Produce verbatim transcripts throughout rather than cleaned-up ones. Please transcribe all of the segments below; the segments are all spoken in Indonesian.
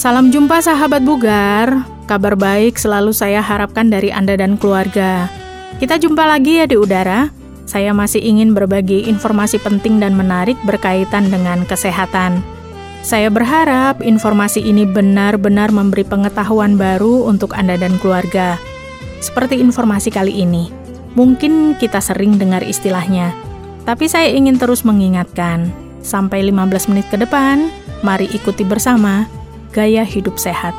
Salam jumpa sahabat bugar, kabar baik selalu saya harapkan dari Anda dan keluarga. Kita jumpa lagi ya di udara. Saya masih ingin berbagi informasi penting dan menarik berkaitan dengan kesehatan. Saya berharap informasi ini benar-benar memberi pengetahuan baru untuk Anda dan keluarga. Seperti informasi kali ini, mungkin kita sering dengar istilahnya, tapi saya ingin terus mengingatkan, sampai lima belas menit ke depan, mari ikuti bersama Gaya Hidup Sehat.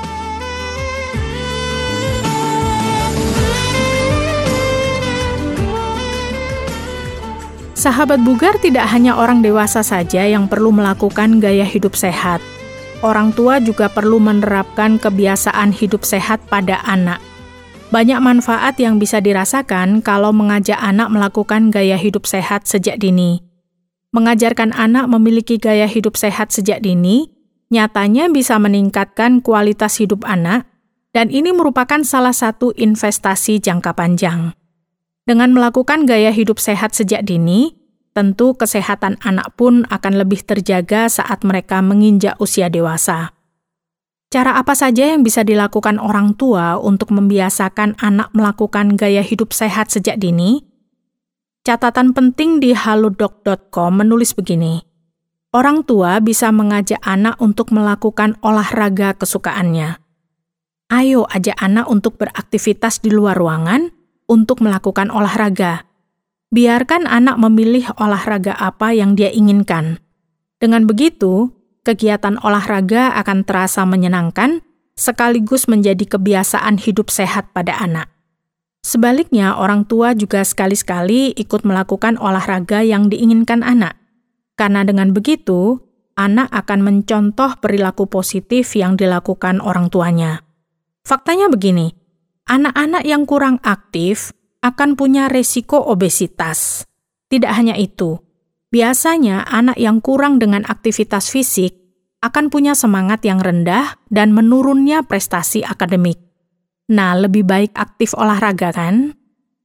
Sahabat bugar, tidak hanya orang dewasa saja yang perlu melakukan gaya hidup sehat. Orang tua juga perlu menerapkan kebiasaan hidup sehat pada anak. Banyak manfaat yang bisa dirasakan kalau mengajak anak melakukan gaya hidup sehat sejak dini. Mengajarkan anak memiliki gaya hidup sehat sejak dini nyatanya bisa meningkatkan kualitas hidup anak, dan ini merupakan salah satu investasi jangka panjang. Dengan melakukan gaya hidup sehat sejak dini, tentu kesehatan anak pun akan lebih terjaga saat mereka menginjak usia dewasa. Cara apa saja yang bisa dilakukan orang tua untuk membiasakan anak melakukan gaya hidup sehat sejak dini? Catatan penting di halodoc dot com menulis begini. Orang tua bisa mengajak anak untuk melakukan olahraga kesukaannya. Ayo ajak anak untuk beraktivitas di luar ruangan untuk melakukan olahraga. Biarkan anak memilih olahraga apa yang dia inginkan. Dengan begitu, kegiatan olahraga akan terasa menyenangkan sekaligus menjadi kebiasaan hidup sehat pada anak. Sebaliknya, orang tua juga sekali-sekali ikut melakukan olahraga yang diinginkan anak. Karena dengan begitu, anak akan mencontoh perilaku positif yang dilakukan orang tuanya. Faktanya begini, anak-anak yang kurang aktif akan punya resiko obesitas. Tidak hanya itu, biasanya anak yang kurang dengan aktivitas fisik akan punya semangat yang rendah dan menurunnya prestasi akademik. Nah, lebih baik aktif olahraga kan?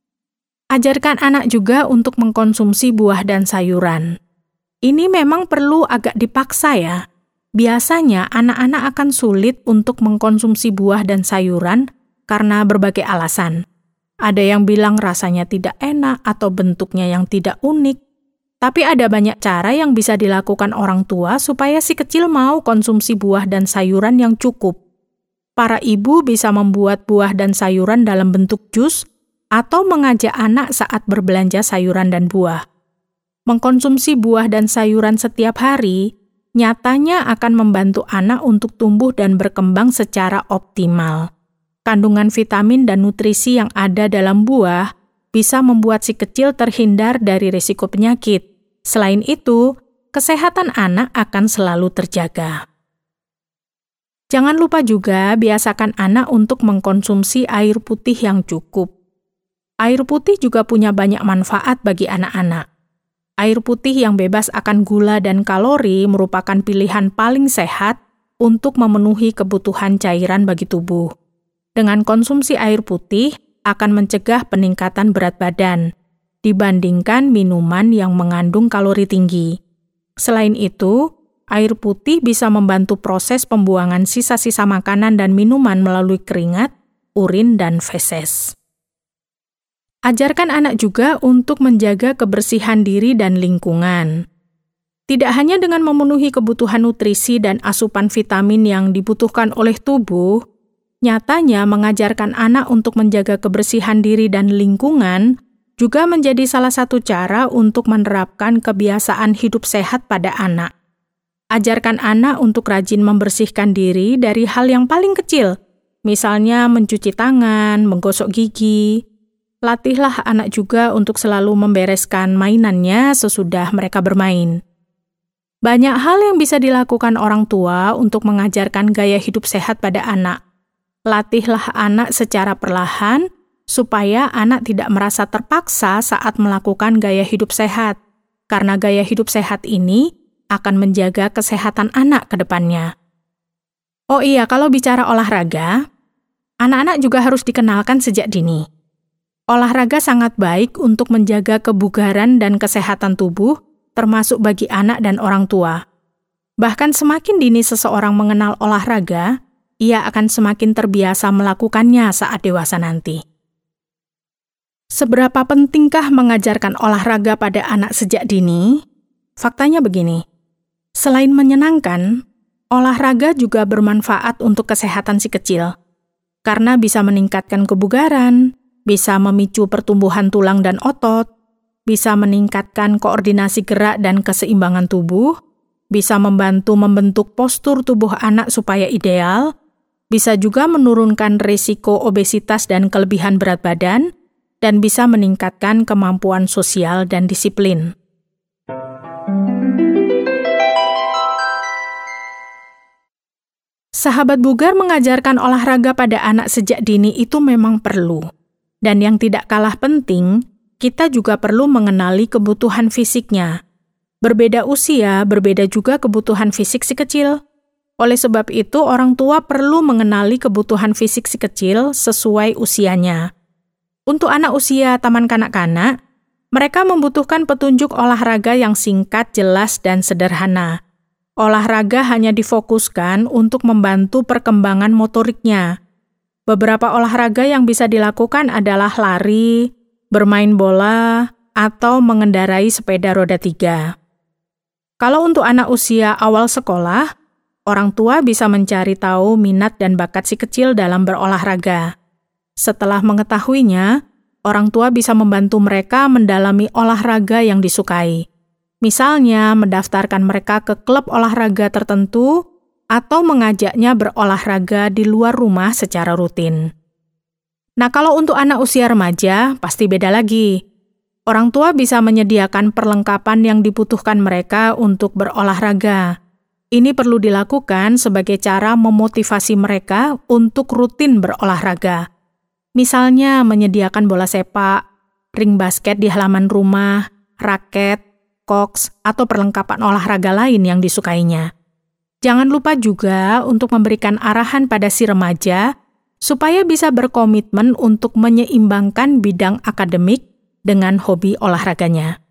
Ajarkan anak juga untuk mengkonsumsi buah dan sayuran. Ini memang perlu agak dipaksa ya. Biasanya anak-anak akan sulit untuk mengkonsumsi buah dan sayuran karena berbagai alasan. Ada yang bilang rasanya tidak enak atau bentuknya yang tidak unik. Tapi ada banyak cara yang bisa dilakukan orang tua supaya si kecil mau konsumsi buah dan sayuran yang cukup. Para ibu bisa membuat buah dan sayuran dalam bentuk jus atau mengajak anak saat berbelanja sayuran dan buah. Mengkonsumsi buah dan sayuran setiap hari nyatanya akan membantu anak untuk tumbuh dan berkembang secara optimal. Kandungan vitamin dan nutrisi yang ada dalam buah bisa membuat si kecil terhindar dari risiko penyakit. Selain itu, kesehatan anak akan selalu terjaga. Jangan lupa juga biasakan anak untuk mengkonsumsi air putih yang cukup. Air putih juga punya banyak manfaat bagi anak-anak. Air putih yang bebas akan gula dan kalori merupakan pilihan paling sehat untuk memenuhi kebutuhan cairan bagi tubuh. Dengan konsumsi air putih akan mencegah peningkatan berat badan dibandingkan minuman yang mengandung kalori tinggi. Selain itu, air putih bisa membantu proses pembuangan sisa-sisa makanan dan minuman melalui keringat, urin, dan feses. Ajarkan anak juga untuk menjaga kebersihan diri dan lingkungan. Tidak hanya dengan memenuhi kebutuhan nutrisi dan asupan vitamin yang dibutuhkan oleh tubuh, nyatanya mengajarkan anak untuk menjaga kebersihan diri dan lingkungan juga menjadi salah satu cara untuk menerapkan kebiasaan hidup sehat pada anak. Ajarkan anak untuk rajin membersihkan diri dari hal yang paling kecil, misalnya mencuci tangan, menggosok gigi. Latihlah anak juga untuk selalu membereskan mainannya sesudah mereka bermain. Banyak hal yang bisa dilakukan orang tua untuk mengajarkan gaya hidup sehat pada anak. Latihlah anak secara perlahan supaya anak tidak merasa terpaksa saat melakukan gaya hidup sehat, karena gaya hidup sehat ini akan menjaga kesehatan anak ke depannya. Oh iya, kalau bicara olahraga, anak-anak juga harus dikenalkan sejak dini. Olahraga sangat baik untuk menjaga kebugaran dan kesehatan tubuh, termasuk bagi anak dan orang tua. Bahkan semakin dini seseorang mengenal olahraga, ia akan semakin terbiasa melakukannya saat dewasa nanti. Seberapa pentingkah mengajarkan olahraga pada anak sejak dini? Faktanya begini, selain menyenangkan, olahraga juga bermanfaat untuk kesehatan si kecil, karena bisa meningkatkan kebugaran, bisa memicu pertumbuhan tulang dan otot, bisa meningkatkan koordinasi gerak dan keseimbangan tubuh, bisa membantu membentuk postur tubuh anak supaya ideal, bisa juga menurunkan risiko obesitas dan kelebihan berat badan, dan bisa meningkatkan kemampuan sosial dan disiplin. Sahabat bugar mengajarkan olahraga pada anak sejak dini itu memang perlu. Dan yang tidak kalah penting, kita juga perlu mengenali kebutuhan fisiknya. Berbeda usia, berbeda juga kebutuhan fisik si kecil. Oleh sebab itu, orang tua perlu mengenali kebutuhan fisik si kecil sesuai usianya. Untuk anak usia taman kanak-kanak, mereka membutuhkan petunjuk olahraga yang singkat, jelas, dan sederhana. Olahraga hanya difokuskan untuk membantu perkembangan motoriknya. Beberapa olahraga yang bisa dilakukan adalah lari, bermain bola, atau mengendarai sepeda roda tiga. Kalau untuk anak usia awal sekolah, orang tua bisa mencari tahu minat dan bakat si kecil dalam berolahraga. Setelah mengetahuinya, orang tua bisa membantu mereka mendalami olahraga yang disukai. Misalnya, mendaftarkan mereka ke klub olahraga tertentu atau mengajaknya berolahraga di luar rumah secara rutin. Nah, kalau untuk anak usia remaja, pasti beda lagi. Orang tua bisa menyediakan perlengkapan yang dibutuhkan mereka untuk berolahraga. Ini perlu dilakukan sebagai cara memotivasi mereka untuk rutin berolahraga. Misalnya menyediakan bola sepak, ring basket di halaman rumah, raket, koks, atau perlengkapan olahraga lain yang disukainya. Jangan lupa juga untuk memberikan arahan pada si remaja supaya bisa berkomitmen untuk menyeimbangkan bidang akademik dengan hobi olahraganya.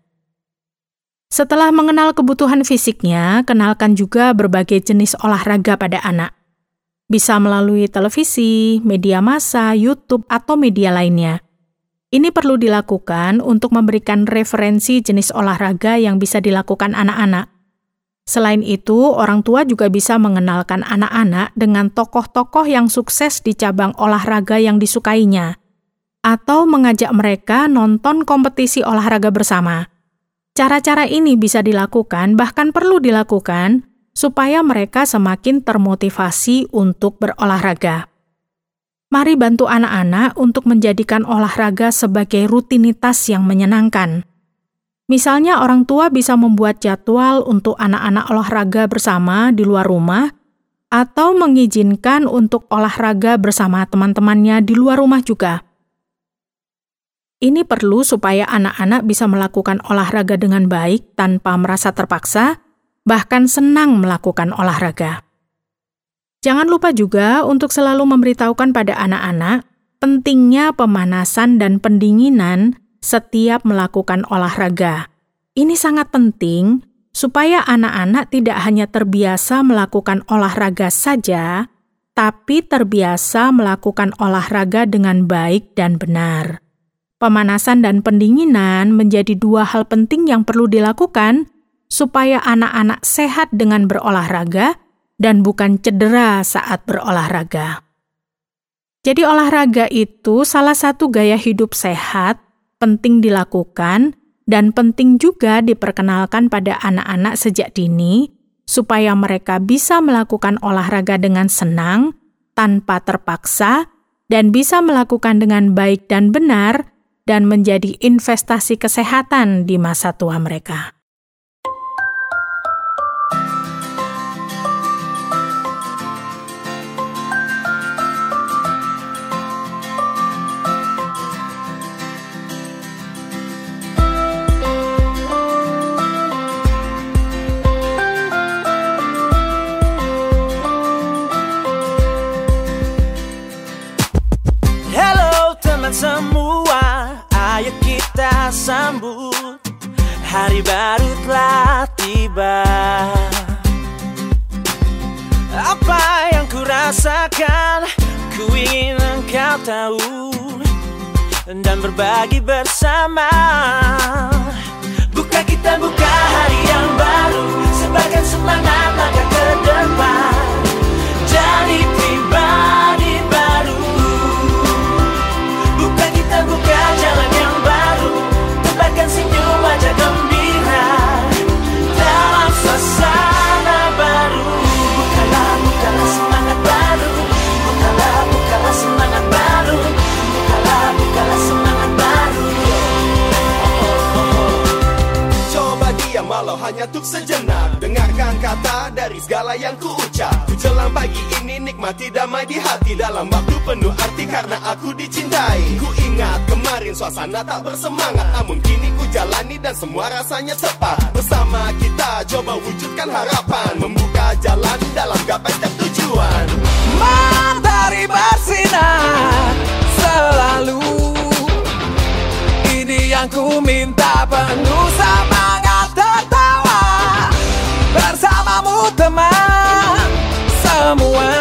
Setelah mengenal kebutuhan fisiknya, kenalkan juga berbagai jenis olahraga pada anak. Bisa melalui televisi, media massa, YouTube, atau media lainnya. Ini perlu dilakukan untuk memberikan referensi jenis olahraga yang bisa dilakukan anak-anak. Selain itu, orang tua juga bisa mengenalkan anak-anak dengan tokoh-tokoh yang sukses di cabang olahraga yang disukainya, atau mengajak mereka nonton kompetisi olahraga bersama. Cara-cara ini bisa dilakukan, bahkan perlu dilakukan, supaya mereka semakin termotivasi untuk berolahraga. Mari bantu anak-anak untuk menjadikan olahraga sebagai rutinitas yang menyenangkan. Misalnya orang tua bisa membuat jadwal untuk anak-anak olahraga bersama di luar rumah, atau mengizinkan untuk olahraga bersama teman-temannya di luar rumah juga. Ini perlu supaya anak-anak bisa melakukan olahraga dengan baik tanpa merasa terpaksa, bahkan senang melakukan olahraga. Jangan lupa juga untuk selalu memberitahukan pada anak-anak pentingnya pemanasan dan pendinginan setiap melakukan olahraga. Ini sangat penting supaya anak-anak tidak hanya terbiasa melakukan olahraga saja, tapi terbiasa melakukan olahraga dengan baik dan benar. Pemanasan dan pendinginan menjadi dua hal penting yang perlu dilakukan supaya anak-anak sehat dengan berolahraga dan bukan cedera saat berolahraga. Jadi olahraga itu salah satu gaya hidup sehat, penting dilakukan, dan penting juga diperkenalkan pada anak-anak sejak dini, supaya mereka bisa melakukan olahraga dengan senang, tanpa terpaksa, dan bisa melakukan dengan baik dan benar, dan menjadi investasi kesehatan di masa tua mereka. Semua, ayo kita sambut, hari baru telah tiba. rasakan, ku ingin engkau tahu dan berbagi bersama. Buka kita buka hari yang baru, sebarkan semangat langkah ke depan, jadi pribadi baru. Buka kita buka jalan yang baru, tebarkan senyum wajah gembira dalam suasana baru. Bukalah, bukalah semangat baru, bukalah, bukalah semangat baru, bukalah, bukalah semangat baru. Coba diam walau hanya untuk sejenak, dengarkan kata dari segala yang ku ucap. Ku jelang pagi ini nikmati damai di hati, dalam waktu penuh arti karena aku dicintai. Ku ingat kemarin suasana tak bersemangat, namun kini ku jalani dan semua rasanya tepat. Bersama kita coba wujudkan harapan, membuka jalan dalam gapai setiap tujuan. Matahari bersinar selalu, ini yang ku minta, penuh semangat tertawa bersamamu teman semua,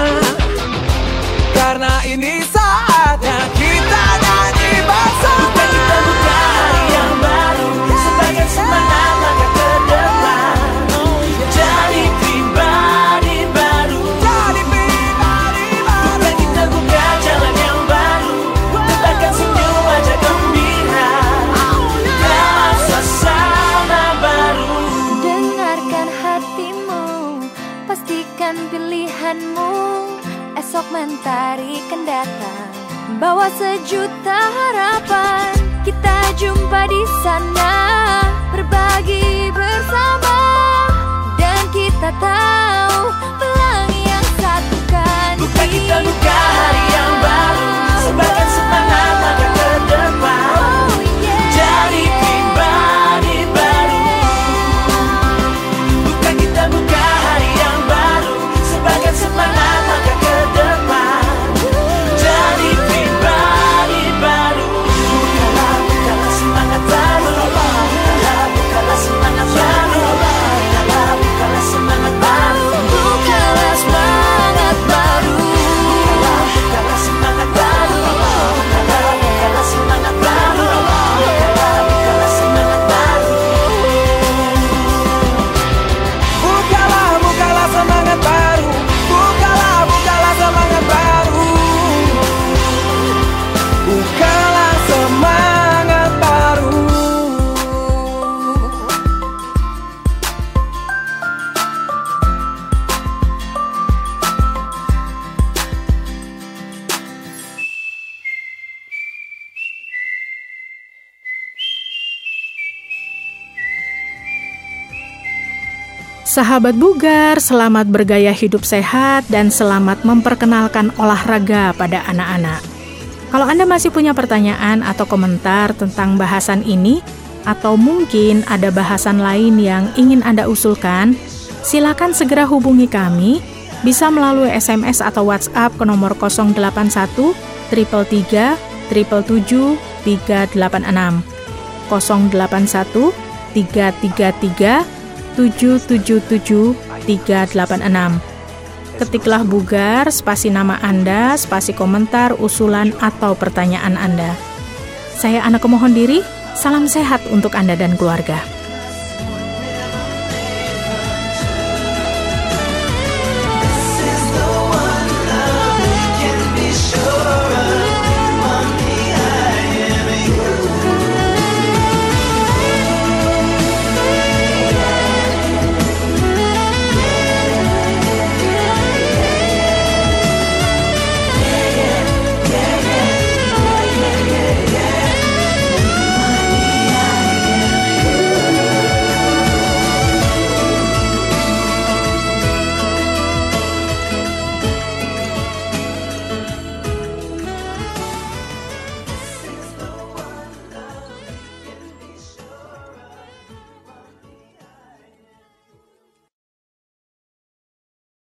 karena ini saatnya kita nyanyi bersama. Buka kita buka hari yang baru, sebagai semangat langkah ke depan, jadi pribadi baru. Jadi pribadi baru. Buka kita buka jalan yang baru, tebarkan senyum wajah gembira dalam suasana baru. Dengarkan hatimu, pastikan pilihanmu. Esok mentari kan datang, bawa sejuta harapan. Kita jumpa di sana, berbagi bersama, dan kita tahu pelangi yang satukan. Buka kita buka hari yang baru, sebarkan semangat langkah ke depan, Oh, yeah. jadi pribadi baru. Buka kita buka hari yang baru, sebarkan semangat langkah ke depan, jadi pribadi baru. Bukalah, bukalah semangat baru, bukalah, bukalah semangat baru, bukalah, bukalah semangat baru, Bukalah semangat baru. bukalah, bukalah semangat baru, bukalah, bukalah semangat baru, bukalah, bukalah semangat baru. Bukalah, bukalah semangat baru. Bukalah, bukalah semangat baru. Bukalah semangat baru. Sahabat bugar, selamat bergaya hidup sehat dan selamat memperkenalkan olahraga pada anak-anak. Kalau Anda masih punya pertanyaan atau komentar tentang bahasan ini, atau mungkin ada bahasan lain yang ingin Anda usulkan, silakan segera hubungi kami, bisa melalui S M S atau WhatsApp ke nomor nol delapan satu tiga tiga tiga tujuh tujuh tiga delapan enam nol delapan satu tiga tiga tiga tujuh tujuh tujuh tiga delapan enam. Ketiklah bugar, spasi nama Anda, spasi komentar, usulan, atau pertanyaan Anda. Saya Ana kemohon diri, salam sehat untuk Anda dan keluarga.